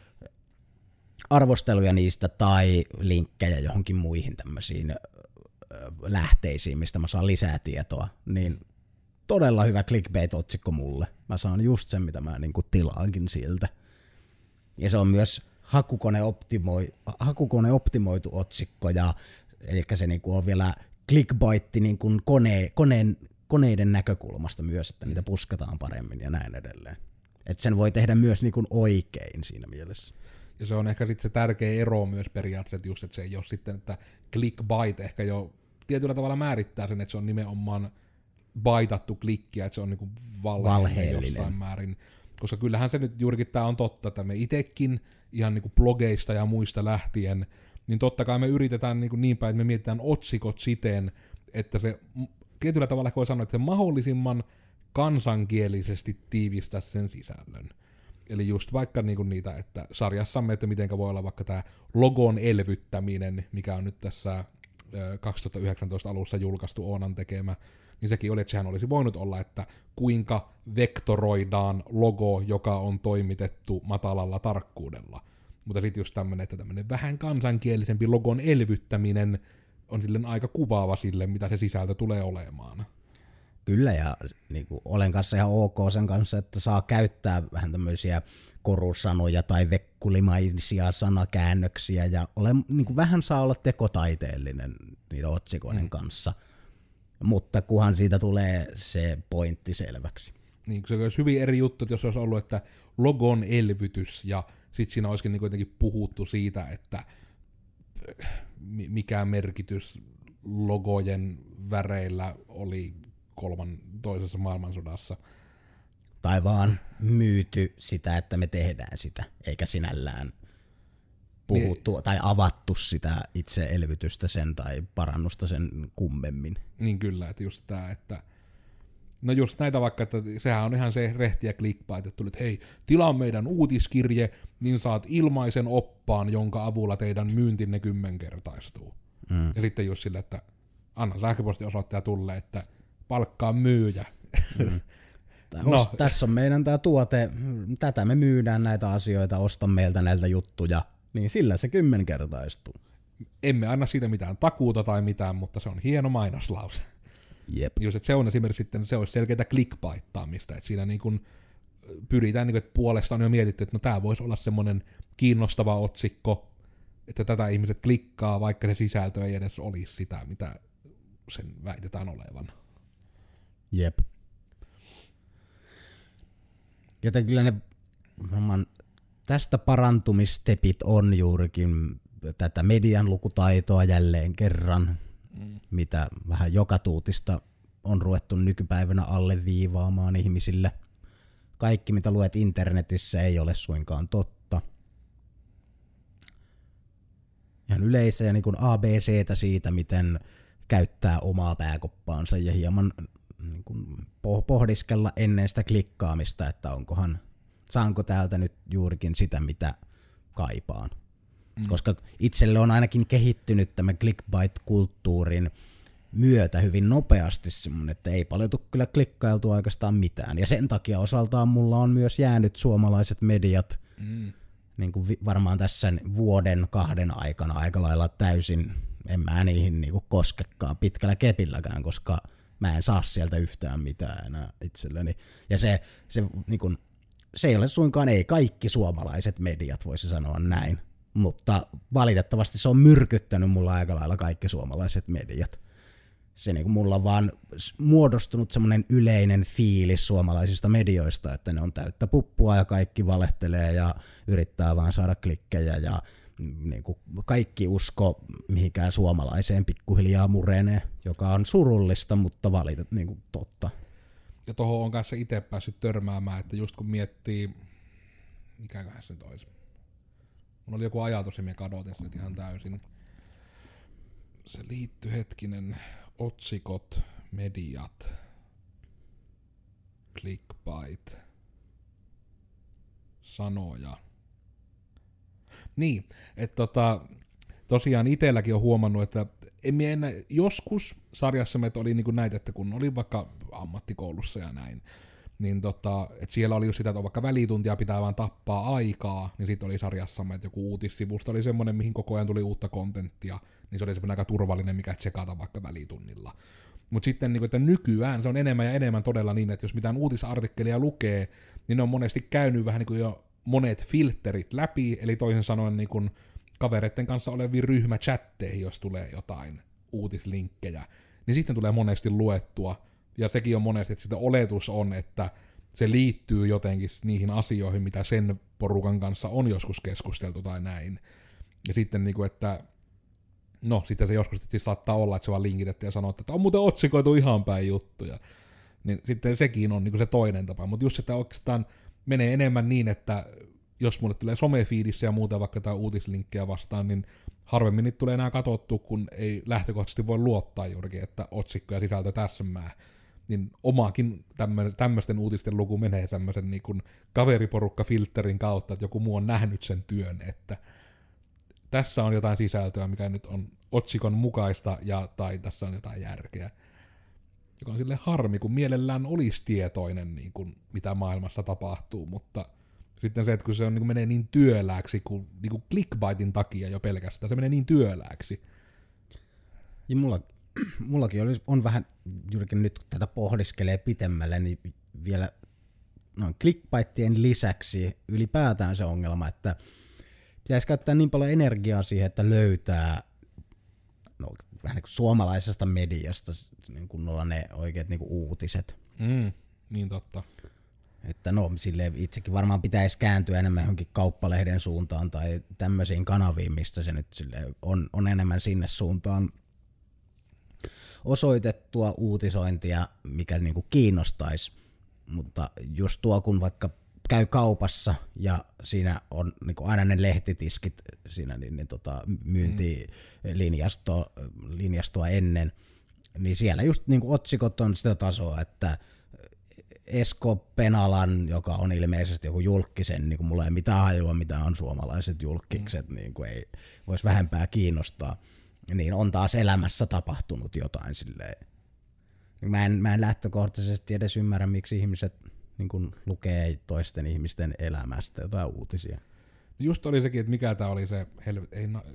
arvosteluja niistä, tai linkkejä johonkin muihin tämmöisiin lähteisiin, mistä mä saan lisää tietoa, niin todella hyvä clickbait-otsikko mulle. Mä saan just sen, mitä mä niinku tilaankin siltä. Ja se on myös hakukone, optimoi, hakukone optimoitu otsikko, ja eli se niinku on vielä clickbaitti niinku kone, koneen, koneiden näkökulmasta myös, että niitä puskataan paremmin ja näin edelleen. Että sen voi tehdä myös niinku oikein siinä mielessä. Ja se on ehkä sitten se tärkeä ero myös periaatteessa, just, että se ei ole sitten, että clickbait ehkä jo tietyllä tavalla määrittää sen, että se on nimenomaan baitattu klikkiä, että se on niinku valheellinen jossain määrin. Koska kyllähän se nyt juurikin tämä on totta, että me itekin ihan niinku blogeista ja muista lähtien, niin totta kai me yritetään niinku niin päin, että me mietitään otsikot siten, että se tietyllä tavalla voi sanoa, että se mahdollisimman kansankielisesti tiivistää sen sisällön. Eli just vaikka niinku niitä, että sarjassamme, että mitenkä voi olla vaikka tämä logon elvyttäminen, mikä on nyt tässä kaksituhattayhdeksäntoista alussa julkaistu Oonan tekemä, niin sekin oli, että sehän olisi voinut olla, että kuinka vektoroidaan logo, joka on toimitettu matalalla tarkkuudella. Mutta sitten just tämmöinen, että tämmöinen vähän kansankielisempi logon elvyttäminen on silleen aika kuvaava sille, mitä se sisältö tulee olemaan. Kyllä, ja niin kuin, olen kanssa ihan ok sen kanssa, että saa käyttää vähän tämmöisiä korusanoja tai vekkulimaisia sanakäännöksiä, ja olen, niin kuin, vähän saa olla tekotaiteellinen niiden otsikoiden mm. kanssa, mutta kunhan siitä tulee se pointti selväksi. Niin, se olisi hyvin eri juttu, että jos olisi ollut, että logon elvytys, ja sitten siinä olisikin niin kuitenkin puhuttu siitä, että mikä merkitys logojen väreillä oli kolman toisessa maailmansodassa. Tai vaan myyty sitä, että me tehdään sitä, eikä sinällään puhuttu niin, tai avattu sitä itse elvytystä sen tai parannusta sen kummemmin. Niin kyllä, että just tämä, että no just näitä vaikka, että sehän on ihan se rehtiä clickbait, että tuli, että hei, tilaa meidän uutiskirje, niin saat ilmaisen oppaan, jonka avulla teidän myyntinne kymmenkertaistuu. Mm. Ja sitten just sille, että anna sähköpostiosoittaja tulee, että palkkaa myyjä. Mm. No. Tässä on meidän tämä tuote, tätä me myydään näitä asioita, osta meiltä näiltä juttuja, niin sillä se kymmenkertaistuu. Emme anna siitä mitään takuuta tai mitään, mutta se on hieno mainoslause. Jep. Just, että se on esimerkiksi sitten, se olisi selkeää clickbaittaamista, että siinä niin kuin pyritään, niin kuin, että puolesta on jo mietitty, että no tämä voisi olla semmoinen kiinnostava otsikko, että tätä ihmiset klikkaa, vaikka se sisältö ei edes olisi sitä, mitä sen väitetään olevan. Jep. Joten kyllä ne man, tästä parantumistepit on juurikin tätä median lukutaitoa jälleen kerran, mm. mitä vähän joka tuutista on ruvettu nykypäivänä alleviivaamaan ihmisille. Kaikki, mitä luet internetissä, ei ole suinkaan totta. Ihan yleisiä niin kuin A B C:tä siitä, miten käyttää omaa pääkoppaansa ja hieman niin kuin pohdiskella ennen sitä klikkaamista, että onkohan, saanko täältä nyt juurikin sitä, mitä kaipaan. Mm. Koska itselle on ainakin kehittynyt tämän clickbait-kulttuurin myötä hyvin nopeasti semmoinen, että ei paljon tule kyllä klikkailtua oikeastaan mitään. Ja sen takia osaltaan mulla on myös jäänyt suomalaiset mediat mm. niin kuin varmaan tässä vuoden kahden aikana aika lailla täysin, en mä niihin niin kuin koskekaan pitkällä kepilläkään, koska mä en saa sieltä yhtään mitään enää itselleni. Ja se, se, niin kun, se ei ole suinkaan, ei kaikki suomalaiset mediat, voisi sanoa näin. Mutta valitettavasti se on myrkyttänyt mulla aika lailla kaikki suomalaiset mediat. Se niin kun mulla on vaan muodostunut semmoinen yleinen fiilis suomalaisista medioista, että ne on täyttä puppua ja kaikki valehtelee ja yrittää vaan saada klikkejä ja niin kuin kaikki usko mihinkään suomalaiseen pikkuhiljaa murenee, joka on surullista, mutta valitet niin kuin totta. ja tohon on kanssa itse päässyt törmäämään, että just kun miettii, mikäköhän se nyt olisi. Mulla oli joku ajatus ja minä kadotin sen nyt ihan täysin. Se liittyy hetkinen, otsikot, mediat, clickbait, sanoja. Niin, että tota, tosiaan itselläkin on huomannut, että en enää, joskus sarjassa meitä oli niinku näitä, että kun oli vaikka ammattikoulussa ja näin, niin tota, että siellä oli just sitä, että vaikka välituntia pitää vaan tappaa aikaa, niin sitten oli sarjassamme, että joku uutissivusto oli semmoinen, mihin koko ajan tuli uutta kontenttia, niin se oli semmoinen aika turvallinen, mikä tsekata vaikka välitunnilla. Mutta sitten, niin että nykyään se on enemmän ja enemmän todella niin, että jos mitään uutisartikkelia lukee, niin ne on monesti käynyt vähän niin kuin jo monet filterit läpi, eli toisin sanoen niin kuin kavereiden kanssa oleviin ryhmächatteihin, jos tulee jotain uutislinkkejä, niin sitten tulee monesti luettua, ja sekin on monesti, että sitä oletus on, että se liittyy jotenkin niihin asioihin, mitä sen porukan kanssa on joskus keskusteltu tai näin. Ja sitten niin kuin, että no, sitten se joskus siis saattaa olla, että se vaan linkitettiin ja sanoo, että on muuten otsikoitu ihan päin juttuja. Niin sitten sekin on niin kuin se toinen tapa, mutta just että oikeastaan menee enemmän niin, että jos mulle tulee somefiidissä ja muuta vaikka jotain uutislinkkejä vastaan, niin harvemmin niitä tulee enää katsottua, kun ei lähtökohtaisesti voi luottaa juurikin, että otsikko ja sisältö täsmää. Niin omaakin tämmöisten uutisten luku menee tämmöisen niin kuin kaveriporukka-filterin kautta, että joku muu on nähnyt sen työn, että tässä on jotain sisältöä, mikä nyt on otsikon mukaista, ja, tai tässä on jotain järkeä. Joka on silleen harmi, kun mielellään olisi tietoinen, niin kuin, mitä maailmassa tapahtuu, mutta sitten se, että kun se on, niin kuin menee niin työlääksi, kun niin kuin clickbaitin takia jo pelkästään, se menee niin työlääksi. Ja mulla, mullakin oli, on vähän, juurikin nyt kun tätä pohdiskelee pitemmälle, niin vielä noin clickbaitien lisäksi ylipäätään se ongelma, että pitäisi käyttää niin paljon energiaa siihen, että löytää no, vähän niin kuin suomalaisesta mediasta niin kunnolla ne oikeat niin kuin uutiset. Mm, niin totta. Että no, silleen itsekin varmaan pitäisi kääntyä enemmän johonkin kauppalehden suuntaan tai tämmöisiin kanaviin, mistä se nyt on, on enemmän sinne suuntaan osoitettua uutisointia, mikä niin kuin kiinnostaisi. Mutta just tuo, kun vaikka käy kaupassa ja siinä on niin kuin aina ne lehtitiskit siinä niin, niin, tota, myyntilinjastoa linjastoa ennen, niin siellä just niin kuin otsikot on sitä tasoa, että Esko Penalan, joka on ilmeisesti joku julkkisen, niin kuin mulla ei mitään hajua, mitä on suomalaiset julkkikset, mm. niin kuin ei voisi vähempää kiinnostaa, niin on taas elämässä tapahtunut jotain silleen. Mä en, mä en lähtökohtaisesti edes ymmärrä, miksi ihmiset niin kuin lukee toisten ihmisten elämästä jotain uutisia. Just oli sekin, että mikä tää oli se helvet... Ei, na,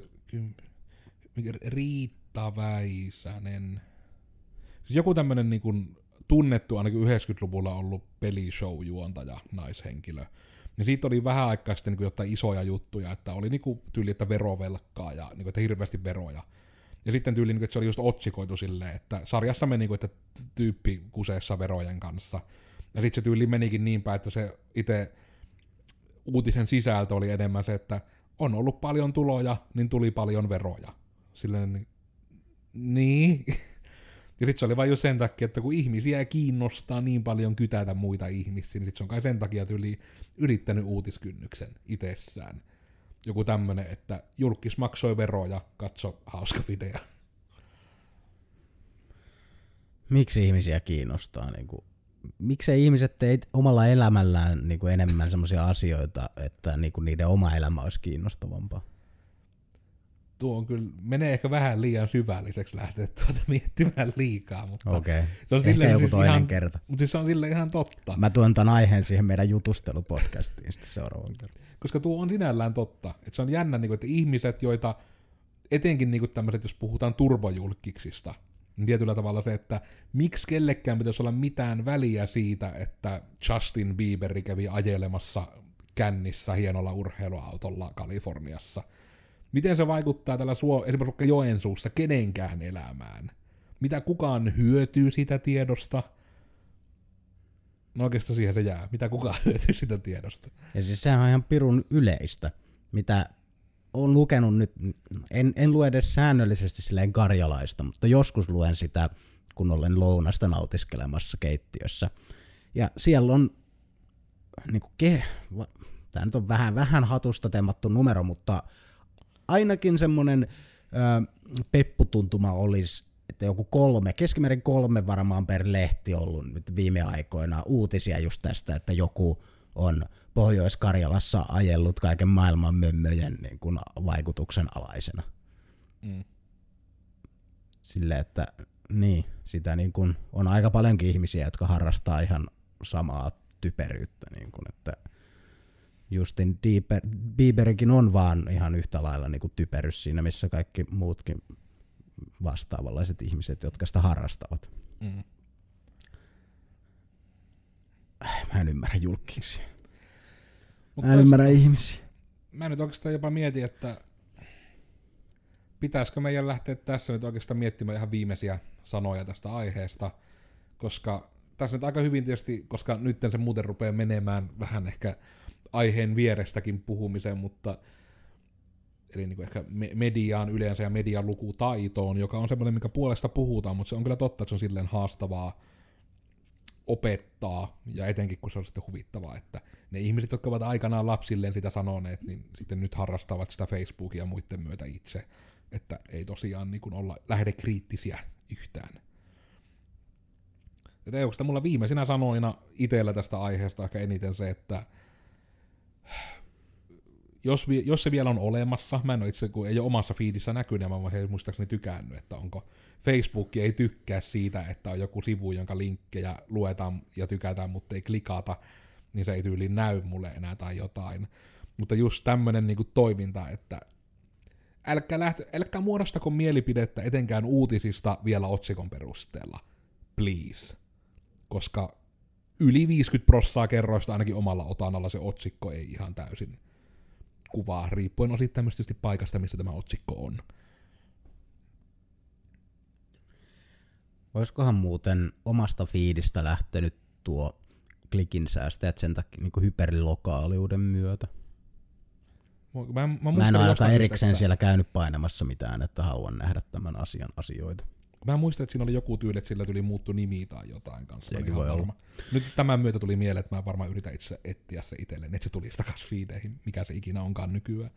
Riitta Väisänen. Siis joku tämmönen niin kuin tunnettu ainakin yhdeksänkymmentäluvulla ollut pelishow-juontaja, naishenkilö. Ja siitä oli vähän aikaa sitten niin jotain isoja juttuja, että oli niin kuin tyyli, että verovelkaa ja niin kuin, että hirveästi veroja. Ja sitten tyyli, niin kuin, että se oli just otsikoitu silleen, että sarjassa meni, niin että tyyppi kuseessa verojen kanssa. Ja sitten se tyyli menikin niin päin, että se itse uutisen sisältö oli enemmän se, että on ollut paljon tuloja, niin tuli paljon veroja. Silleen niin. niin. Ja sitten se oli vain just sen takia, että kun ihmisiä kiinnostaa niin paljon kytätä muita ihmisiä, niin sit se on kai sen takia tyyli yrittänyt uutiskynnyksen itsessään. Joku tämmönen, että julkis maksoi veroja, katso hauska video. Miksi ihmisiä kiinnostaa? Niin kuin, miksei ihmiset tee omalla elämällään niin kuin enemmän semmoisia asioita, että niin kuin niiden oma elämä olisi kiinnostavampaa? Tuo on kyllä, menee ehkä vähän liian syvälliseksi lähteä tuota miettimään liikaa, mutta okay. Se on silleen joku siis toinen ihan, kerta. Mutta siis se on sille ihan totta. Mä tuon tämän aiheen siihen meidän jutustelupodcastiin sitten seuraavan kerran. Koska tuo on sinällään totta. Että se on jännä, että ihmiset, joita etenkin tämmöiset, jos puhutaan turbojulkiksista, niin tietyllä tavalla se, että miksi kellekään pitäisi olla mitään väliä siitä, että Justin Bieber kävi ajelemassa kännissä hienolla urheiluautolla Kaliforniassa. Miten se vaikuttaa tällä suo, esimerkiksi Joensuussa kenenkään elämään? Mitä kukaan hyötyy sitä tiedosta? No oikeastaan siihen se jää. Mitä kukaan hyötyy sitä tiedosta? Ja siis sehän on ihan pirun yleistä, mitä olen lukenut nyt, en, en lue edes säännöllisesti silleen karjalaista, mutta joskus luen sitä, kun olen lounasta nautiskelemassa keittiössä. Ja siellä on, niin kuin ke, tämä nyt on vähän, vähän hatusta temmattu numero, mutta ainakin semmoinen ö, pepputuntuma olisi, että joku kolme, keskimäärin kolme varmaan per lehti ollut viime aikoina uutisia just tästä, että joku on Pohjois-Karjalassa ajellut kaiken maailman mömmöjen niin kuin vaikutuksen alaisena. Mm. Silleen, että niin, sitä niin kuin on aika paljonkin ihmisiä, jotka harrastaa ihan samaa typeryyttä, niin kuin, että Justin Bieberikin on vaan ihan yhtä lailla niin kuin typerys siinä, missä kaikki muutkin vastaavanlaiset ihmiset, jotka sitä harrastavat. Mm. Mä en ymmärrä julkkiksi. Mä en ymmärrä ihmisiä. Mä nyt oikeastaan jopa mietin, että pitäisikö meidän lähteä tässä nyt oikeastaan miettimään ihan viimeisiä sanoja tästä aiheesta, koska tässä nyt aika hyvin tietysti, koska nyt se muuten rupeaa menemään vähän ehkä aiheen vierestäkin puhumiseen, mutta eli niin kuin ehkä mediaan yleensä ja median lukutaitoon, joka on semmoinen, mikä puolesta puhutaan, mutta se on kyllä totta, että se on silleen haastavaa opettaa, ja etenkin kun se on sitten huvittavaa, että ne ihmiset, jotka ovat aikanaan lapsilleen sitä sanoneet, niin sitten nyt harrastavat sitä Facebookia ja muiden myötä itse, että ei tosiaan niin kuin olla lähdekriittisiä yhtään. Ja oikeastaan mulla viimeisinä sanoina itsellä tästä aiheesta ehkä eniten se, että jos, jos se vielä on olemassa, mä en ole itse, kun ei ole omassa feedissä näkynyt, mä oon muistaakseni tykännyt, että onko Facebook ei tykkää siitä, että on joku sivu, jonka linkkejä luetaan ja tykätään, mutta ei klikata, niin se ei tyyliin näy mulle enää tai jotain. Mutta just tämmönen niinku toiminta, että älkää, lähtö, älkää muodostako mielipidettä etenkään uutisista vielä otsikon perusteella. Please. Koska yli viisikymmentä prosenttia kerroista ainakin omalla otanalla se otsikko ei ihan täysin kuvaa, riippuen osittain myös tietysti paikasta, missä tämä otsikko on. Olisikohan muuten omasta fiidistä lähtenyt tuo klikin säästäjät sen takia niin hyperlokaaliuden myötä? Mä, mä, mä en ole ainakaan erikseen siellä käynyt painamassa mitään, että haluan nähdä tämän asian asioita. Mä muistan, että siinä oli joku tyyli, että sillä tuli muuttu nimi tai jotain kanssa. Nyt tämän myötä tuli mieleen, että mä varmaan yritän itse etsiä se itselleen, että se tulisi takaisin feedeihin, mikä se ikinä onkaan nykyään.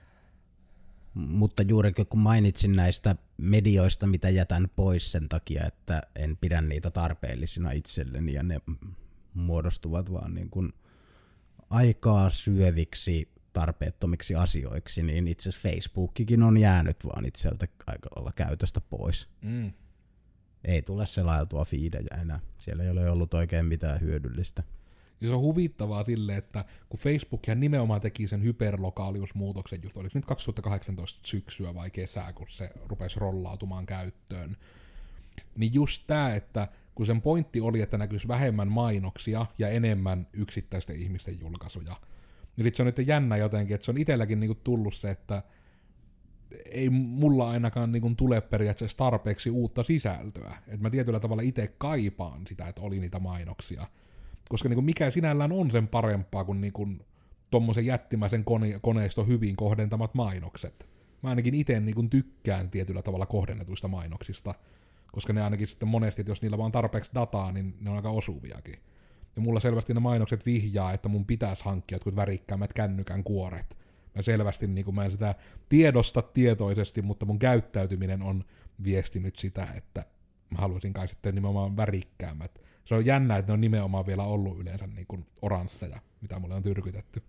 Mutta juurikin kun mainitsin näistä medioista, mitä jätän pois sen takia, että en pidä niitä tarpeellisina itselleni ja ne muodostuvat vaan niin kuin aikaa syöviksi tarpeettomiksi asioiksi, niin itse asiassa Facebookikin on jäänyt vaan itseltä aika lailla käytöstä pois. Mm. Ei tule selailtua feedejä enää. Siellä ei ole ollut oikein mitään hyödyllistä. Ja se on huvittavaa silleen, että kun Facebook nimenomaan teki sen hyperlokaaliusmuutoksen, just oliko nyt kaksituhattakahdeksantoista syksyä vai kesää, kun se rupesi rollautumaan käyttöön, niin just tää, että kun sen pointti oli, että näkyisi vähemmän mainoksia ja enemmän yksittäisten ihmisten julkaisuja, niin sit se on nyt jännä jotenkin, että se on itselläkin niinku tullut se, että ei mulla ainakaan niinku tule periaatteessa tarpeeksi uutta sisältöä. Että mä tietyllä tavalla itse kaipaan sitä, että oli niitä mainoksia. Koska niinku mikä sinällään on sen parempaa kuin niinku tommosen jättimäisen kone- koneiston hyvin kohdentamat mainokset. Mä ainakin itse niinku tykkään tietyllä tavalla kohdennetuista mainoksista, koska ne ainakin sitten monesti, että jos niillä vaan tarpeeksi dataa, niin ne on aika osuviakin. Ja mulla selvästi ne mainokset vihjaa, että mun pitäisi hankkia jotkut värikkäämmät kännykän kuoret. Mä selvästi, niin kun mä en sitä tiedosta tietoisesti, mutta mun käyttäytyminen on viestinyt sitä, että mä haluaisin kai sitten nimenomaan värikkäämmät. Se on jännä, että ne on nimenomaan vielä ollut yleensä niin kuin oransseja, mitä mulle on tyrkytetty.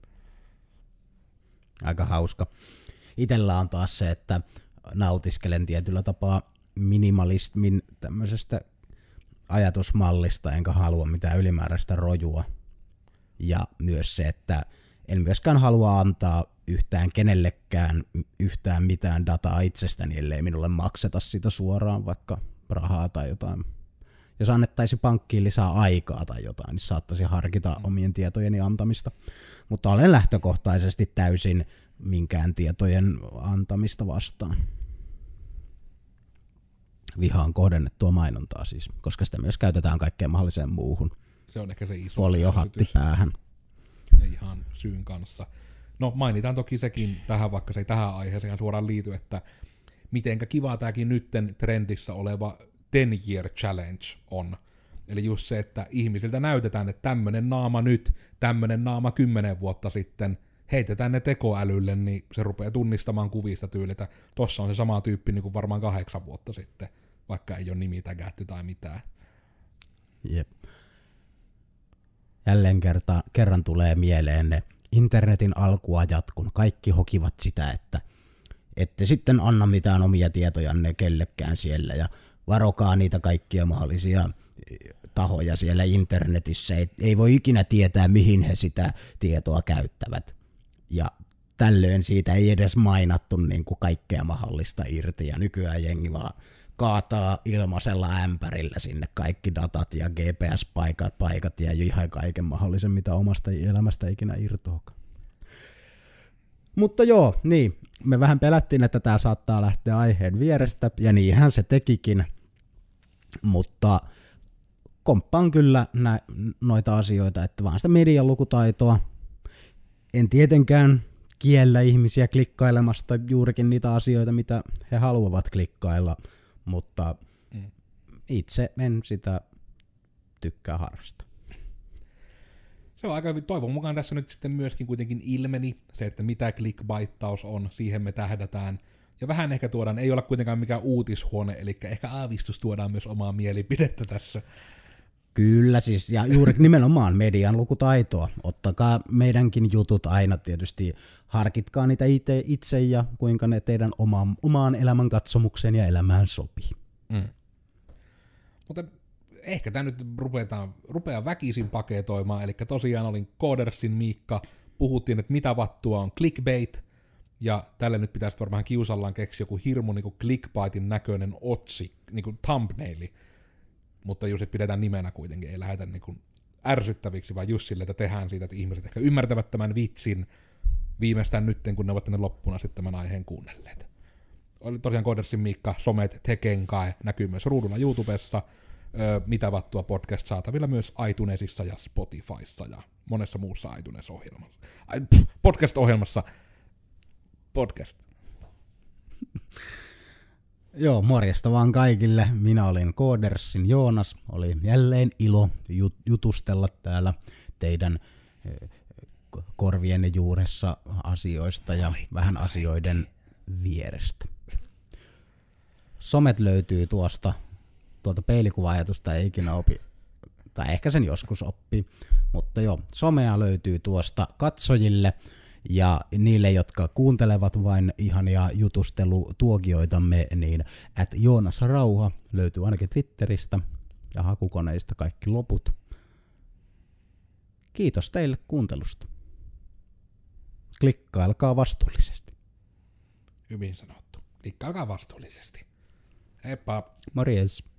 Aika hauska. Itellä on taas se, että nautiskelen tietyllä tapaa minimalismin tämmöisestä ajatusmallista, enkä halua mitään ylimääräistä rojua. Ja myös se, että en myöskään halua antaa yhtään kenellekään yhtään mitään dataa itsestäni, ellei minulle makseta sitä suoraan, vaikka rahaa tai jotain. Jos annettaisiin pankkiin lisää aikaa tai jotain, niin saattaisi harkita omien tietojeni antamista. Mutta olen lähtökohtaisesti täysin minkään tietojen antamista vastaan. Vihaan kohdennettua mainontaa siis, koska sitä myös käytetään kaikkeen mahdolliseen muuhun. Se on ehkä se iso foliohatti päähän. Ja ihan syyn kanssa. No mainitaan toki sekin tähän, vaikka se ei tähän aiheeseen suoraan liity, että mitenkä kiva tämäkin nytten trendissä oleva ten year challenge on. Eli just se, että ihmisiltä näytetään, että tämmönen naama nyt, tämmönen naama kymmenen vuotta sitten, heitetään ne tekoälylle, niin se rupeaa tunnistamaan kuvista tyylitä. Tossa on se sama tyyppi niin kuin varmaan kahdeksan vuotta sitten, vaikka ei ole nimi tägätty tai mitään. Jep. Jälleen kerta, kerran tulee mieleen ne internetin alkuajat, kun kaikki hokivat sitä, että ette sitten anna mitään omia tietojanne kellekään siellä ja varokaa niitä kaikkia mahdollisia tahoja siellä internetissä. Et ei voi ikinä tietää, mihin he sitä tietoa käyttävät. Ja tällöin siitä ei edes mainattu niin kuin kaikkea mahdollista irti. Ja nykyään jengi vaan kaataa ilmaisella ämpärillä sinne kaikki datat ja G P S-paikat paikat ja ihan kaiken mahdollisen, mitä omasta elämästä ikinä irtoakaan. Mutta joo, niin, me vähän pelättiin, että tämä saattaa lähteä aiheen vierestä, ja niinhän se tekikin, mutta komppaan kyllä nä- noita asioita, että vaan sitä median lukutaitoa. En tietenkään kiellä ihmisiä klikkailemasta juurikin niitä asioita, mitä he haluavat klikkailla, mutta mm. itse en sitä tykkää harrastaa. Se on aika hyvin. Toivon mukaan tässä nyt sitten myöskin kuitenkin ilmeni se, että mitä clickbaittaus on, siihen me tähdätään. Ja vähän ehkä tuodaan, ei olla kuitenkaan mikään uutishuone, eli ehkä aavistus tuodaan myös omaa mielipidettä tässä. Kyllä siis, ja juuri nimenomaan median lukutaitoa. Ottakaa meidänkin jutut aina tietysti, harkitkaa niitä itse, itse ja kuinka ne teidän omaan, omaan elämän katsomukseen ja elämään sopii. Mm. Mutta ehkä tämä nyt rupeaa, rupeaa väkisin paketoimaan, eli tosiaan olin Codersin Miikka, puhuttiin, että mitä vattua on clickbait, ja tälle nyt pitäisi varmaan kiusallaan keksiä joku hirmu niin kuin clickbaitin näköinen otsi, niin kuin thumbnaili, mutta just, että pidetään nimenä kuitenkin, ei lähdetä niin kuin ärsyttäviksi, vaan just sille, että tehdään siitä, että ihmiset ehkä ymmärtävät tämän vitsin viimeistään nytten, kun ne ovat tänne loppuna sitten tämän aiheen kuunnelleet. Oli tosiaan Codersin Miikka, somet Tekenkai, näkyy myös ruudulla YouTubessa, Öö, mitä vattua podcast saatavilla myös iTunesissa ja Spotifyssa ja monessa muussa iTunes-ohjelmassa. Ai, pff, podcast-ohjelmassa. Podcast. Joo, morjesta vaan kaikille. Minä olin Codersin Joonas. Oli jälleen ilo jutustella täällä teidän korvienne juuressa asioista ja Ai, vähän kaikki. asioiden vierestä. Somet löytyy tuosta. Tuolta peilikuva-ajatusta ei ikinä opi, tai ehkä sen joskus oppii, mutta joo, somea löytyy tuosta katsojille ja niille, jotka kuuntelevat vain ihania jutustelutuokioitamme, niin at Joonas Rauha löytyy ainakin Twitteristä ja hakukoneista kaikki loput. Kiitos teille kuuntelusta. Klikkailkaa vastuullisesti. Hyvin sanottu. Klikkailkaa vastuullisesti. Heippa. Morjes.